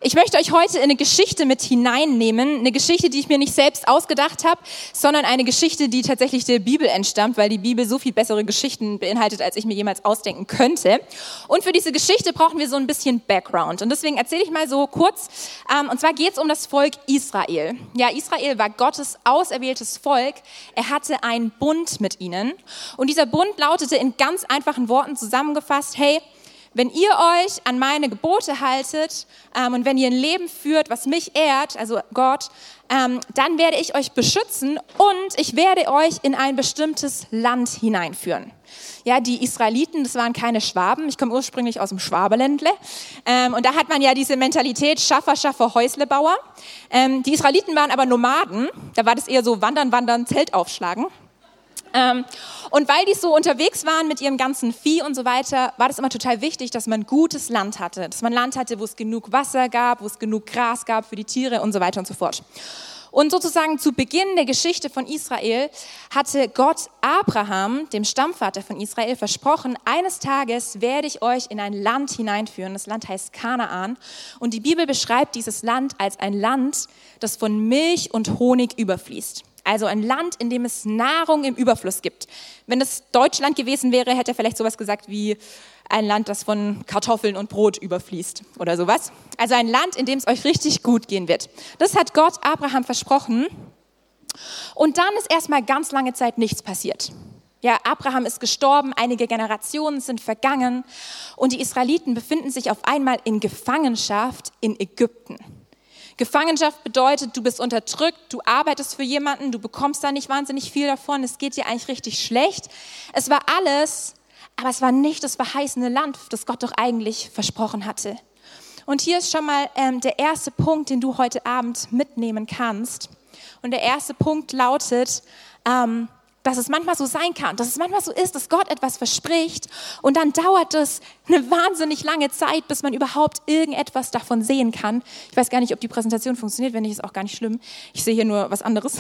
Ich möchte euch heute in eine Geschichte mit hineinnehmen, eine Geschichte, die ich mir nicht selbst ausgedacht habe, sondern eine Geschichte, die tatsächlich der Bibel entstammt, weil die Bibel so viel bessere Geschichten beinhaltet, als ich mir jemals ausdenken könnte. Und für diese Geschichte brauchen wir so ein bisschen Background. Und deswegen erzähle ich mal so kurz, und zwar geht es um das Volk Israel. Ja, Israel war Gottes auserwähltes Volk. Er hatte einen Bund mit ihnen. Und dieser Bund lautete in ganz einfachen Worten zusammengefasst, hey, wenn ihr euch an meine Gebote haltet und wenn ihr ein Leben führt, was mich ehrt, also Gott, dann werde ich euch beschützen und ich werde euch in ein bestimmtes Land hineinführen. Ja, die Israeliten, das waren keine Schwaben. Ich komme ursprünglich aus dem Schwaberländle. Und da hat man ja diese Mentalität Schaffer, Häuslebauer. Die Israeliten waren aber Nomaden. Da war das eher so wandern, Zelt aufschlagen. Und weil die so unterwegs waren mit ihrem ganzen Vieh und so weiter, war das immer total wichtig, dass man gutes Land hatte. Dass man Land hatte, wo es genug Wasser gab, wo es genug Gras gab für die Tiere und so weiter und so fort. Und sozusagen zu Beginn der Geschichte von Israel hatte Gott Abraham, dem Stammvater von Israel, versprochen, eines Tages werde ich euch in ein Land hineinführen. Das Land heißt Kanaan. Und die Bibel beschreibt dieses Land als ein Land, das von Milch und Honig überfließt. Also ein Land, in dem es Nahrung im Überfluss gibt. Wenn es Deutschland gewesen wäre, hätte er vielleicht sowas gesagt wie ein Land, das von Kartoffeln und Brot überfließt oder sowas. Also ein Land, in dem es euch richtig gut gehen wird. Das hat Gott Abraham versprochen. Und dann ist erstmal ganz lange Zeit nichts passiert. Ja, Abraham ist gestorben, einige Generationen sind vergangen und die Israeliten befinden sich auf einmal in Gefangenschaft in Ägypten. Gefangenschaft bedeutet, du bist unterdrückt, du arbeitest für jemanden, du bekommst da nicht wahnsinnig viel davon, es geht dir eigentlich richtig schlecht. Es war alles, aber es war nicht das verheißene Land, das Gott doch eigentlich versprochen hatte. Und hier ist schon mal der erste Punkt, den du heute Abend mitnehmen kannst. Und der erste Punkt lautet, dass es manchmal so sein kann, dass es manchmal so ist, dass Gott etwas verspricht und dann dauert es eine wahnsinnig lange Zeit, bis man überhaupt irgendetwas davon sehen kann. Ich weiß gar nicht, ob die Präsentation funktioniert, wenn nicht, ist auch gar nicht schlimm. Ich sehe hier nur was anderes.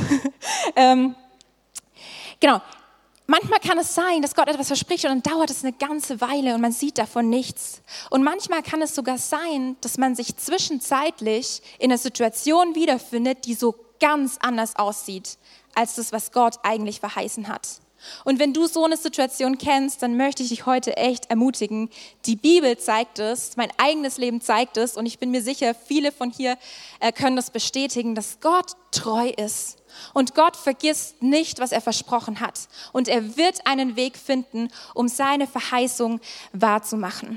Genau. Manchmal kann es sein, dass Gott etwas verspricht und dann dauert es eine ganze Weile und man sieht davon nichts. Und manchmal kann es sogar sein, dass man sich zwischenzeitlich in einer Situation wiederfindet, die so ganz anders aussieht als das, was Gott eigentlich verheißen hat. Und wenn du so eine Situation kennst, dann möchte ich dich heute echt ermutigen. Die Bibel zeigt es, mein eigenes Leben zeigt es und ich bin mir sicher, viele von hier können das bestätigen, dass Gott treu ist. Und Gott vergisst nicht, was er versprochen hat. Und er wird einen Weg finden, um seine Verheißung wahrzumachen.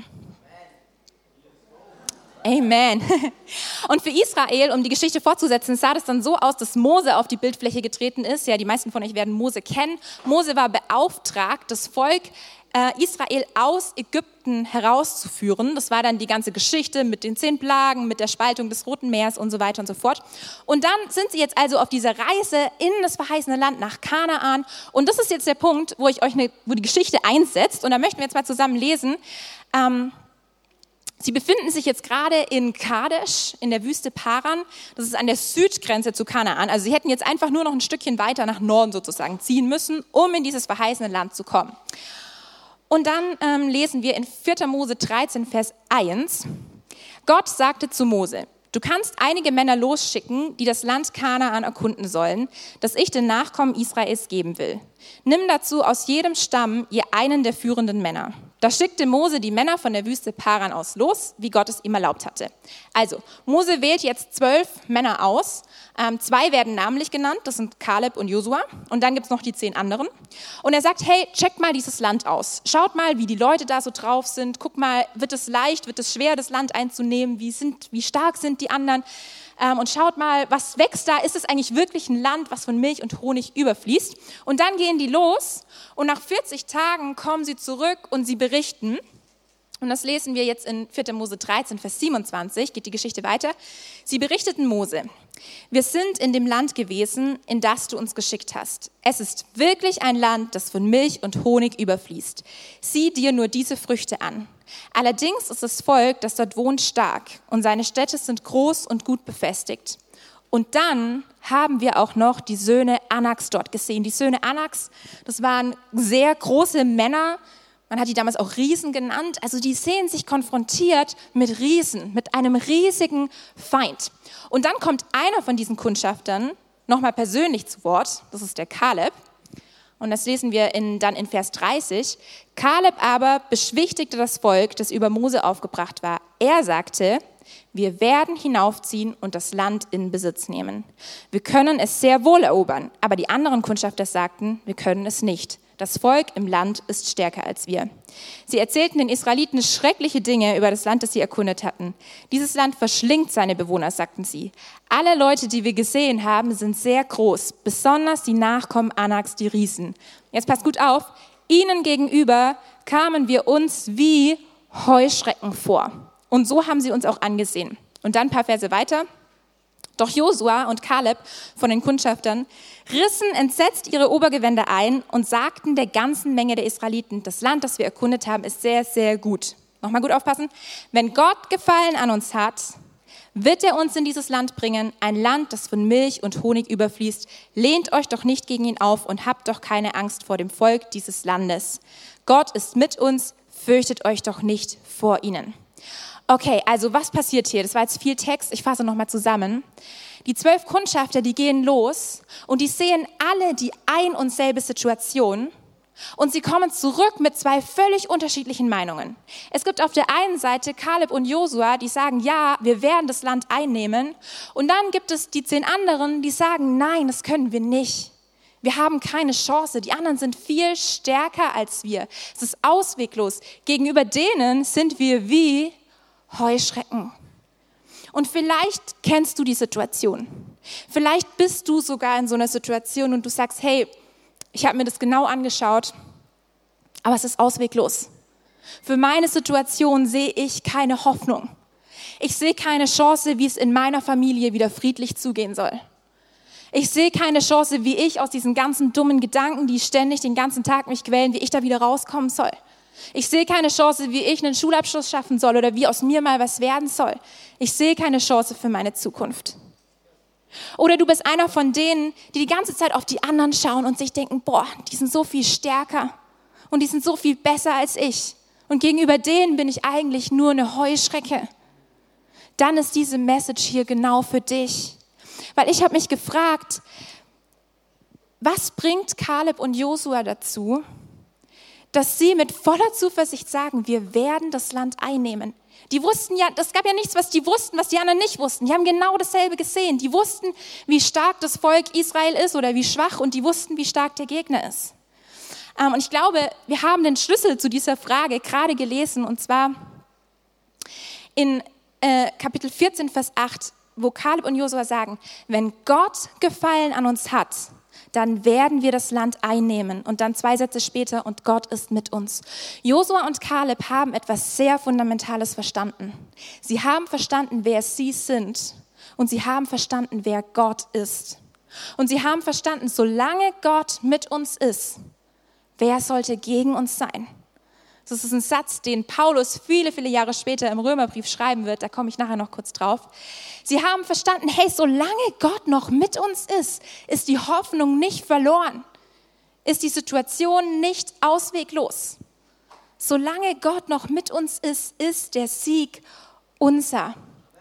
Amen. Und für Israel, um die Geschichte fortzusetzen, sah das dann so aus, dass Mose auf die Bildfläche getreten ist. Ja, die meisten von euch werden Mose kennen. Mose war beauftragt, das Volk Israel aus Ägypten herauszuführen. Das war dann die ganze Geschichte mit den 10 Plagen, mit der Spaltung des Roten Meeres und so weiter und so fort. Und dann sind sie jetzt also auf dieser Reise in das verheißene Land nach Kanaan. Und das ist jetzt der Punkt, wo die Geschichte einsetzt. Und da möchten wir jetzt mal zusammen lesen. Sie befinden sich jetzt gerade in Kadesh, in der Wüste Paran. Das ist an der Südgrenze zu Kanaan. Also sie hätten jetzt einfach nur noch ein Stückchen weiter nach Norden sozusagen ziehen müssen, um in dieses verheißene Land zu kommen. Und dann lesen wir in 4. Mose 13, Vers 1. Gott sagte zu Mose, du kannst einige Männer losschicken, die das Land Kanaan erkunden sollen, das ich den Nachkommen Israels geben will. Nimm dazu aus jedem Stamm je einen der führenden Männer. Da schickte Mose die Männer von der Wüste Paran aus los, wie Gott es ihm erlaubt hatte. Also, Mose wählt jetzt 12 Männer aus. 2 werden namentlich genannt, das sind Kaleb und Josua. Und dann gibt es noch die 10 anderen. Und er sagt, hey, checkt mal dieses Land aus. Schaut mal, wie die Leute da so drauf sind. Guck mal, wird es leicht, wird es schwer, das Land einzunehmen? Wie stark sind die anderen? Und schaut mal, was wächst da? Ist es eigentlich wirklich ein Land, was von Milch und Honig überfließt? Und dann gehen die los und nach 40 Tagen kommen sie zurück und sie berichten. Und das lesen wir jetzt in 4. Mose 13, Vers 27, geht die Geschichte weiter. Sie berichteten Mose, wir sind in dem Land gewesen, in das du uns geschickt hast. Es ist wirklich ein Land, das von Milch und Honig überfließt. Sieh dir nur diese Früchte an. Allerdings ist das Volk, das dort wohnt, stark und seine Städte sind groß und gut befestigt. Und dann haben wir auch noch die Söhne Anaks dort gesehen. Die Söhne Anaks, das waren sehr große Männer Man hat die damals auch Riesen genannt. Also die sehen sich konfrontiert mit Riesen, mit einem riesigen Feind. Und dann kommt einer von diesen Kundschaftern nochmal persönlich zu Wort. Das ist der Kaleb. Und das lesen wir dann in Vers 30. Kaleb aber beschwichtigte das Volk, das über Mose aufgebracht war. Er sagte, wir werden hinaufziehen und das Land in Besitz nehmen. Wir können es sehr wohl erobern. Aber die anderen Kundschafter sagten, wir können es nicht. Das Volk im Land ist stärker als wir. Sie erzählten den Israeliten schreckliche Dinge über das Land, das sie erkundet hatten. Dieses Land verschlingt seine Bewohner, sagten sie. Alle Leute, die wir gesehen haben, sind sehr groß, besonders die Nachkommen Anaks, die Riesen. Jetzt passt gut auf, ihnen gegenüber kamen wir uns wie Heuschrecken vor. Und so haben sie uns auch angesehen. Und dann ein paar Verse weiter. Doch Josua und Kaleb von den Kundschaftern rissen entsetzt ihre Obergewänder ein und sagten der ganzen Menge der Israeliten, das Land, das wir erkundet haben, ist sehr, sehr gut. Nochmal gut aufpassen. Wenn Gott Gefallen an uns hat, wird er uns in dieses Land bringen, ein Land, das von Milch und Honig überfließt. Lehnt euch doch nicht gegen ihn auf und habt doch keine Angst vor dem Volk dieses Landes. Gott ist mit uns, fürchtet euch doch nicht vor ihnen. Okay, also was passiert hier? Das war jetzt viel Text, ich fasse nochmal zusammen. Die 12 Kundschafter, die gehen los und die sehen alle die ein und selbe Situation und sie kommen zurück mit 2 völlig unterschiedlichen Meinungen. Es gibt auf der einen Seite Kaleb und Josua, die sagen, ja, wir werden das Land einnehmen, und dann gibt es die 10 anderen, die sagen, nein, das können wir nicht. Wir haben keine Chance, die anderen sind viel stärker als wir. Es ist ausweglos. Gegenüber denen sind wir wie Heuschrecken. Und vielleicht kennst du die Situation. Vielleicht bist du sogar in so einer Situation und du sagst, hey, ich habe mir das genau angeschaut, aber es ist ausweglos. Für meine Situation sehe ich keine Hoffnung. Ich sehe keine Chance, wie es in meiner Familie wieder friedlich zugehen soll. Ich sehe keine Chance, wie ich aus diesen ganzen dummen Gedanken, die ständig den ganzen Tag mich quälen, wie ich da wieder rauskommen soll. Ich sehe keine Chance, wie ich einen Schulabschluss schaffen soll oder wie aus mir mal was werden soll. Ich sehe keine Chance für meine Zukunft. Oder du bist einer von denen, die die ganze Zeit auf die anderen schauen und sich denken, boah, die sind so viel stärker und die sind so viel besser als ich. Und gegenüber denen bin ich eigentlich nur eine Heuschrecke. Dann ist diese Message hier genau für dich. Weil ich habe mich gefragt, was bringt Kaleb und Josua dazu, dass sie mit voller Zuversicht sagen, wir werden das Land einnehmen. Die wussten ja, es gab ja nichts, was die wussten, was die anderen nicht wussten. Die haben genau dasselbe gesehen. Die wussten, wie stark das Volk Israel ist oder wie schwach, und die wussten, wie stark der Gegner ist. Und ich glaube, wir haben den Schlüssel zu dieser Frage gerade gelesen, und zwar in Kapitel 14, Vers 8, wo Kaleb und Josua sagen, wenn Gott Gefallen an uns hat, dann werden wir das Land einnehmen. Und dann 2 Sätze später, und Gott ist mit uns. Josua und Kaleb haben etwas sehr Fundamentales verstanden. Sie haben verstanden, wer sie sind. Und sie haben verstanden, wer Gott ist. Und sie haben verstanden, solange Gott mit uns ist, wer sollte gegen uns sein? Das ist ein Satz, den Paulus viele, viele Jahre später im Römerbrief schreiben wird. Da komme ich nachher noch kurz drauf. Sie haben verstanden, hey, solange Gott noch mit uns ist die Hoffnung nicht verloren. Ist die Situation nicht ausweglos. Solange Gott noch mit uns ist der Sieg unser.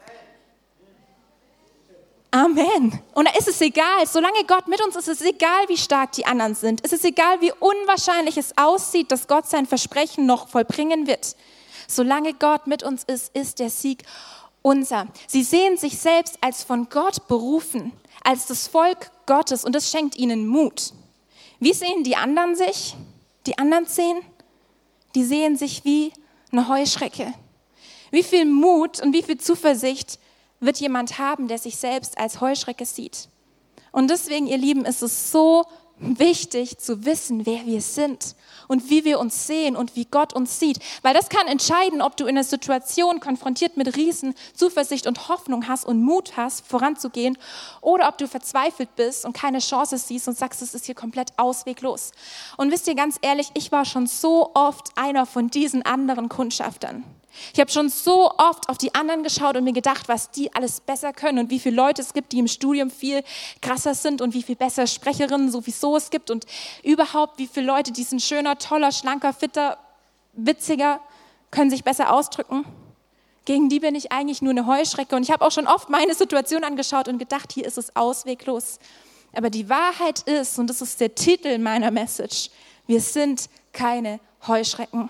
Amen. Und da ist es egal, solange Gott mit uns ist, ist es egal, wie stark die anderen sind. Es ist egal, wie unwahrscheinlich es aussieht, dass Gott sein Versprechen noch vollbringen wird. Solange Gott mit uns ist der Sieg unser. Sie sehen sich selbst als von Gott berufen, als das Volk Gottes, und das schenkt ihnen Mut. Wie sehen die anderen sich? Die anderen 10? Die sehen sich wie eine Heuschrecke. Wie viel Mut und wie viel Zuversicht wird jemand haben, der sich selbst als Heuschrecke sieht. Und deswegen, ihr Lieben, ist es so wichtig zu wissen, wer wir sind und wie wir uns sehen und wie Gott uns sieht. Weil das kann entscheiden, ob du in einer Situation konfrontiert mit Riesen Zuversicht und Hoffnung hast und Mut hast, voranzugehen, oder ob du verzweifelt bist und keine Chance siehst und sagst, es ist hier komplett ausweglos. Und wisst ihr, ganz ehrlich, ich war schon so oft einer von diesen anderen Kundschaftern. Ich habe schon so oft auf die anderen geschaut und mir gedacht, was die alles besser können und wie viele Leute es gibt, die im Studium viel krasser sind und wie viel bessere Sprecherinnen sowieso es gibt und überhaupt wie viele Leute, die sind schöner, toller, schlanker, fitter, witziger, können sich besser ausdrücken. Gegen die bin ich eigentlich nur eine Heuschrecke. Und ich habe auch schon oft meine Situation angeschaut und gedacht, hier ist es ausweglos. Aber die Wahrheit ist, und das ist der Titel meiner Message, wir sind keine Heuschrecken.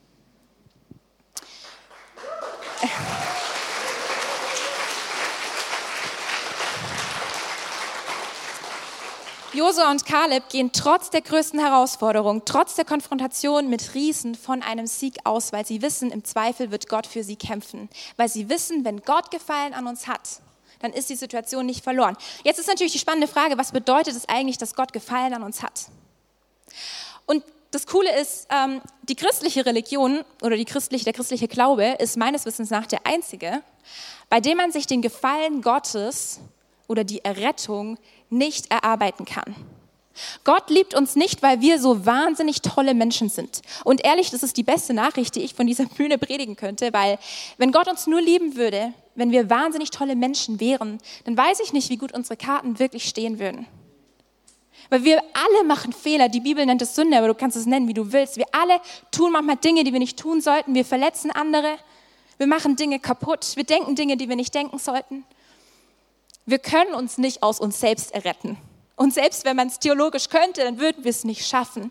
Josua und Kaleb gehen trotz der größten Herausforderung, trotz der Konfrontation mit Riesen von einem Sieg aus, weil sie wissen, im Zweifel wird Gott für sie kämpfen. Weil sie wissen, wenn Gott Gefallen an uns hat, dann ist die Situation nicht verloren. Jetzt ist natürlich die spannende Frage, was bedeutet es eigentlich, dass Gott Gefallen an uns hat? Und das Coole ist, die christliche Religion oder der christliche Glaube ist meines Wissens nach der einzige, bei dem man sich den Gefallen Gottes oder die Errettung nicht erarbeiten kann. Gott liebt uns nicht, weil wir so wahnsinnig tolle Menschen sind. Und ehrlich, das ist die beste Nachricht, die ich von dieser Bühne predigen könnte, weil wenn Gott uns nur lieben würde, wenn wir wahnsinnig tolle Menschen wären, dann weiß ich nicht, wie gut unsere Karten wirklich stehen würden. Weil wir alle machen Fehler, die Bibel nennt es Sünde, aber du kannst es nennen, wie du willst. Wir alle tun manchmal Dinge, die wir nicht tun sollten. Wir verletzen andere, wir machen Dinge kaputt, wir denken Dinge, die wir nicht denken sollten. Wir können uns nicht aus uns selbst erretten. Und selbst wenn man es theologisch könnte, dann würden wir es nicht schaffen.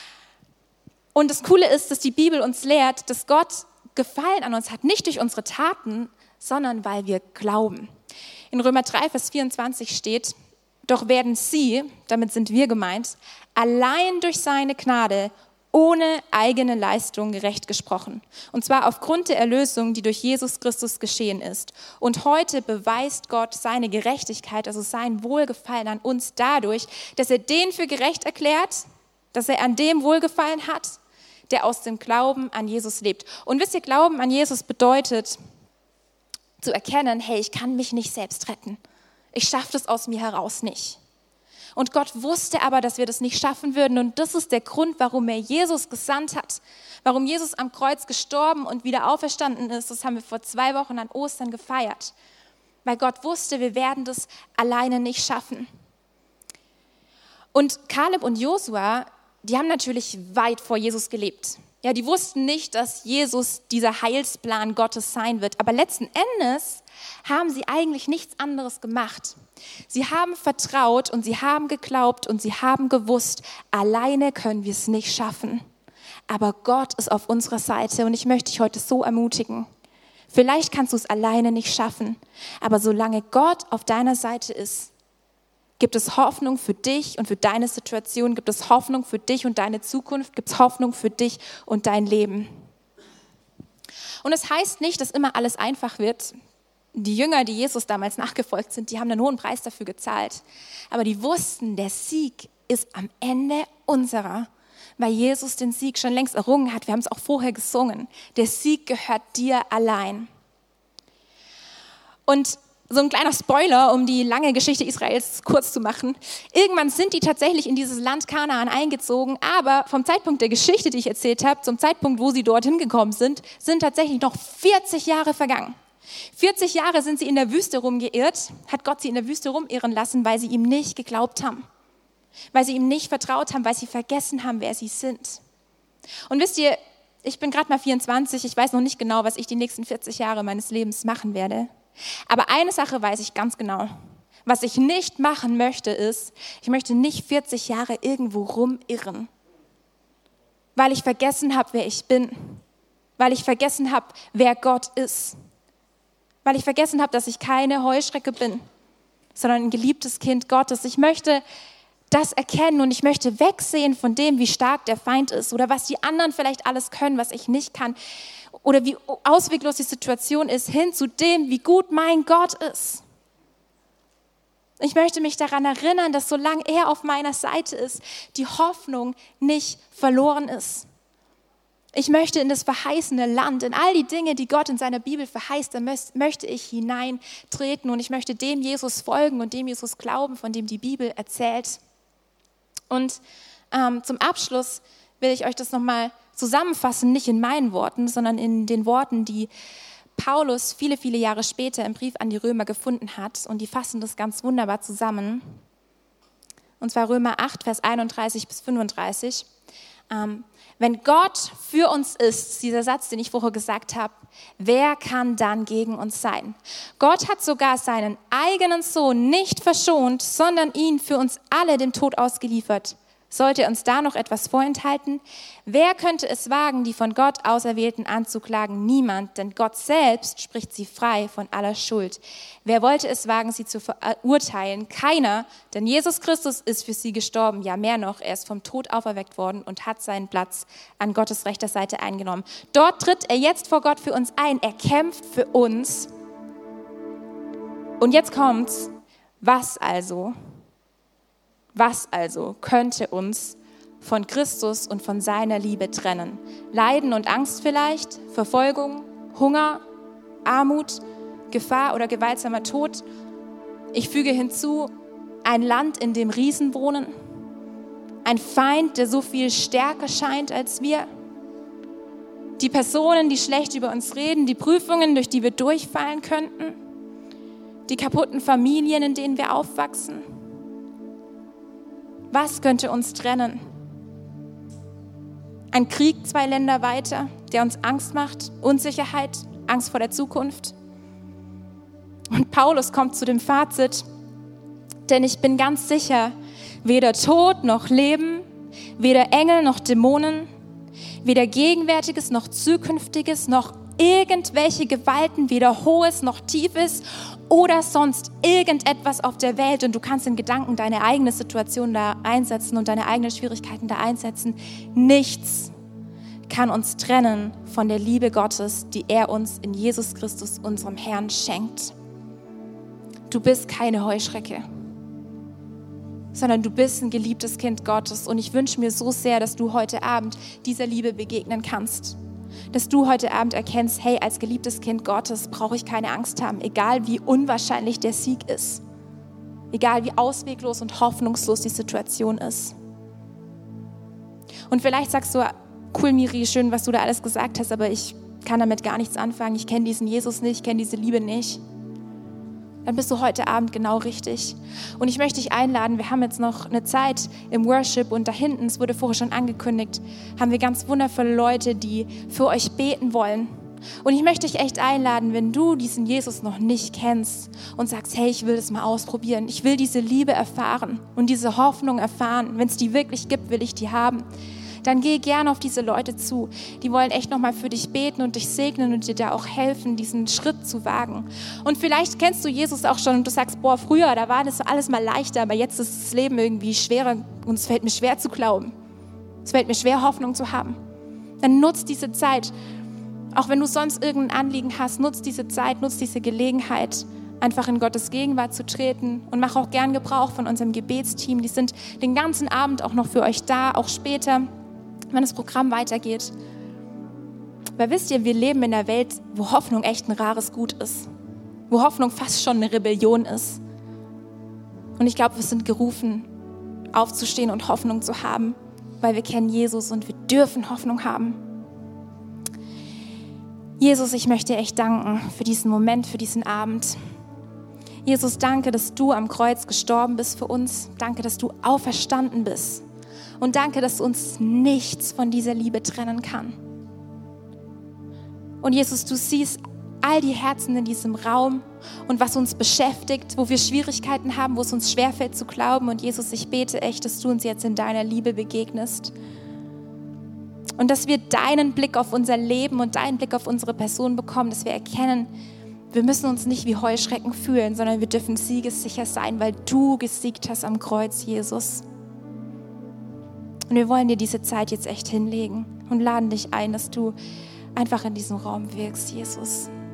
Und das Coole ist, dass die Bibel uns lehrt, dass Gott Gefallen an uns hat, nicht durch unsere Taten, sondern weil wir glauben. In Römer 3, Vers 24 steht, doch werden sie, damit sind wir gemeint, allein durch seine Gnade ohne eigene Leistung gerecht gesprochen. Und zwar aufgrund der Erlösung, die durch Jesus Christus geschehen ist. Und heute beweist Gott seine Gerechtigkeit, also sein Wohlgefallen an uns dadurch, dass er den für gerecht erklärt, dass er an dem Wohlgefallen hat, der aus dem Glauben an Jesus lebt. Und wisst ihr, Glauben an Jesus bedeutet zu erkennen, hey, ich kann mich nicht selbst retten. Ich schaffe das aus mir heraus nicht. Und Gott wusste aber, dass wir das nicht schaffen würden. Und das ist der Grund, warum er Jesus gesandt hat. Warum Jesus am Kreuz gestorben und wieder auferstanden ist. Das haben wir vor 2 Wochen an Ostern gefeiert. Weil Gott wusste, wir werden das alleine nicht schaffen. Und Kaleb und Josua, die haben natürlich weit vor Jesus gelebt. Ja, die wussten nicht, dass Jesus dieser Heilsplan Gottes sein wird. Aber letzten Endes haben sie eigentlich nichts anderes gemacht. Sie haben vertraut und sie haben geglaubt und sie haben gewusst, alleine können wir es nicht schaffen. Aber Gott ist auf unserer Seite und ich möchte dich heute so ermutigen. Vielleicht kannst du es alleine nicht schaffen, aber solange Gott auf deiner Seite ist, gibt es Hoffnung für dich und für deine Situation, gibt es Hoffnung für dich und deine Zukunft, gibt es Hoffnung für dich und dein Leben. Und es heißt nicht, dass immer alles einfach wird. Die Jünger, die Jesus damals nachgefolgt sind, die haben einen hohen Preis dafür gezahlt. Aber die wussten, der Sieg ist am Ende unserer, weil Jesus den Sieg schon längst errungen hat. Wir haben es auch vorher gesungen. Der Sieg gehört dir allein. Und so ein kleiner Spoiler, um die lange Geschichte Israels kurz zu machen. Irgendwann sind die tatsächlich in dieses Land Kanaan eingezogen, aber vom Zeitpunkt der Geschichte, die ich erzählt habe, zum Zeitpunkt, wo sie dorthin gekommen sind, sind tatsächlich noch 40 Jahre vergangen. 40 Jahre sind sie in der Wüste rumgeirrt, hat Gott sie in der Wüste rumirren lassen, weil sie ihm nicht geglaubt haben, weil sie ihm nicht vertraut haben, weil sie vergessen haben, wer sie sind. Und wisst ihr, ich bin gerade mal 24, ich weiß noch nicht genau, was ich die nächsten 40 Jahre meines Lebens machen werde. Aber eine Sache weiß ich ganz genau. Was ich nicht machen möchte, ist, ich möchte nicht 40 Jahre irgendwo rumirren, weil ich vergessen habe, wer ich bin, weil ich vergessen habe, wer Gott ist, weil ich vergessen habe, dass ich keine Heuschrecke bin, sondern ein geliebtes Kind Gottes. Ich möchte das erkennen und ich möchte wegsehen von dem, wie stark der Feind ist oder was die anderen vielleicht alles können, was ich nicht kann oder wie ausweglos die Situation ist, hin zu dem, wie gut mein Gott ist. Ich möchte mich daran erinnern, dass solange er auf meiner Seite ist, die Hoffnung nicht verloren ist. Ich möchte in das verheißene Land, in all die Dinge, die Gott in seiner Bibel verheißt, da möchte ich hineintreten und ich möchte dem Jesus folgen und dem Jesus glauben, von dem die Bibel erzählt. Und zum Abschluss will ich euch das nochmal zusammenfassen, nicht in meinen Worten, sondern in den Worten, die Paulus viele, viele Jahre später im Brief an die Römer gefunden hat. Und die fassen das ganz wunderbar zusammen. Und zwar Römer 8, Vers 31 bis 35. Wenn Gott für uns ist, dieser Satz, den ich vorher gesagt habe, wer kann dann gegen uns sein? Gott hat sogar seinen eigenen Sohn nicht verschont, sondern ihn für uns alle dem Tod ausgeliefert. Sollte uns da noch etwas vorenthalten? Wer könnte es wagen, die von Gott Auserwählten anzuklagen? Niemand, denn Gott selbst spricht sie frei von aller Schuld. Wer wollte es wagen, sie zu verurteilen? Keiner, denn Jesus Christus ist für sie gestorben. Ja, mehr noch, er ist vom Tod auferweckt worden und hat seinen Platz an Gottes rechter Seite eingenommen. Dort tritt er jetzt vor Gott für uns ein. Er kämpft für uns. Und jetzt kommt's. Was also könnte uns von Christus und von seiner Liebe trennen? Leiden und Angst vielleicht? Verfolgung? Hunger? Armut? Gefahr oder gewaltsamer Tod? Ich füge hinzu, ein Land, in dem Riesen wohnen? Ein Feind, der so viel stärker scheint als wir? Die Personen, die schlecht über uns reden? Die Prüfungen, durch die wir durchfallen könnten? Die kaputten Familien, in denen wir aufwachsen? Was könnte uns trennen? Ein Krieg 2 Länder weiter, der uns Angst macht, Unsicherheit, Angst vor der Zukunft. Und Paulus kommt zu dem Fazit, denn ich bin ganz sicher, weder Tod noch Leben, weder Engel noch Dämonen, weder Gegenwärtiges noch Zukünftiges, noch irgendwelche Gewalten, weder Hohes noch Tiefes oder sonst irgendetwas auf der Welt, und du kannst in Gedanken deine eigene Situation da einsetzen und deine eigenen Schwierigkeiten da einsetzen. Nichts kann uns trennen von der Liebe Gottes, die er uns in Jesus Christus, unserem Herrn, schenkt. Du bist keine Heuschrecke, sondern du bist ein geliebtes Kind Gottes, und ich wünsche mir so sehr, dass du heute Abend dieser Liebe begegnen kannst. Dass du heute Abend erkennst, hey, als geliebtes Kind Gottes brauche ich keine Angst haben, egal wie unwahrscheinlich der Sieg ist, egal wie ausweglos und hoffnungslos die Situation ist. Und vielleicht sagst du, cool Miri, schön, was du da alles gesagt hast, aber ich kann damit gar nichts anfangen, ich kenne diesen Jesus nicht, ich kenne diese Liebe nicht. Dann bist du heute Abend genau richtig. Und ich möchte dich einladen, wir haben jetzt noch eine Zeit im Worship, und da hinten, es wurde vorher schon angekündigt, haben wir ganz wundervolle Leute, die für euch beten wollen. Und ich möchte dich echt einladen, wenn du diesen Jesus noch nicht kennst und sagst, hey, ich will das mal ausprobieren, ich will diese Liebe erfahren und diese Hoffnung erfahren, wenn es die wirklich gibt, will ich die haben. Dann geh gerne auf diese Leute zu. Die wollen echt nochmal für dich beten und dich segnen und dir da auch helfen, diesen Schritt zu wagen. Und vielleicht kennst du Jesus auch schon und du sagst, boah, früher, da war das alles mal leichter, aber jetzt ist das Leben irgendwie schwerer und es fällt mir schwer zu glauben. Es fällt mir schwer, Hoffnung zu haben. Dann nutz diese Zeit. Auch wenn du sonst irgendein Anliegen hast, nutz diese Zeit, nutz diese Gelegenheit, einfach in Gottes Gegenwart zu treten, und mach auch gern Gebrauch von unserem Gebetsteam. Die sind den ganzen Abend auch noch für euch da, auch später, wenn das Programm weitergeht. Weil wisst ihr, wir leben in einer Welt, wo Hoffnung echt ein rares Gut ist. Wo Hoffnung fast schon eine Rebellion ist. Und ich glaube, wir sind gerufen, aufzustehen und Hoffnung zu haben, weil wir kennen Jesus und wir dürfen Hoffnung haben. Jesus, ich möchte dir echt danken für diesen Moment, für diesen Abend. Jesus, danke, dass du am Kreuz gestorben bist für uns. Danke, dass du auferstanden bist. Und danke, dass uns nichts von dieser Liebe trennen kann. Und Jesus, du siehst all die Herzen in diesem Raum und was uns beschäftigt, wo wir Schwierigkeiten haben, wo es uns schwerfällt zu glauben. Und Jesus, ich bete echt, dass du uns jetzt in deiner Liebe begegnest. Und dass wir deinen Blick auf unser Leben und deinen Blick auf unsere Person bekommen, dass wir erkennen, wir müssen uns nicht wie Heuschrecken fühlen, sondern wir dürfen siegessicher sein, weil du gesiegt hast am Kreuz, Jesus. Und wir wollen dir diese Zeit jetzt echt hinlegen und laden dich ein, dass du einfach in diesem Raum wirkst, Jesus.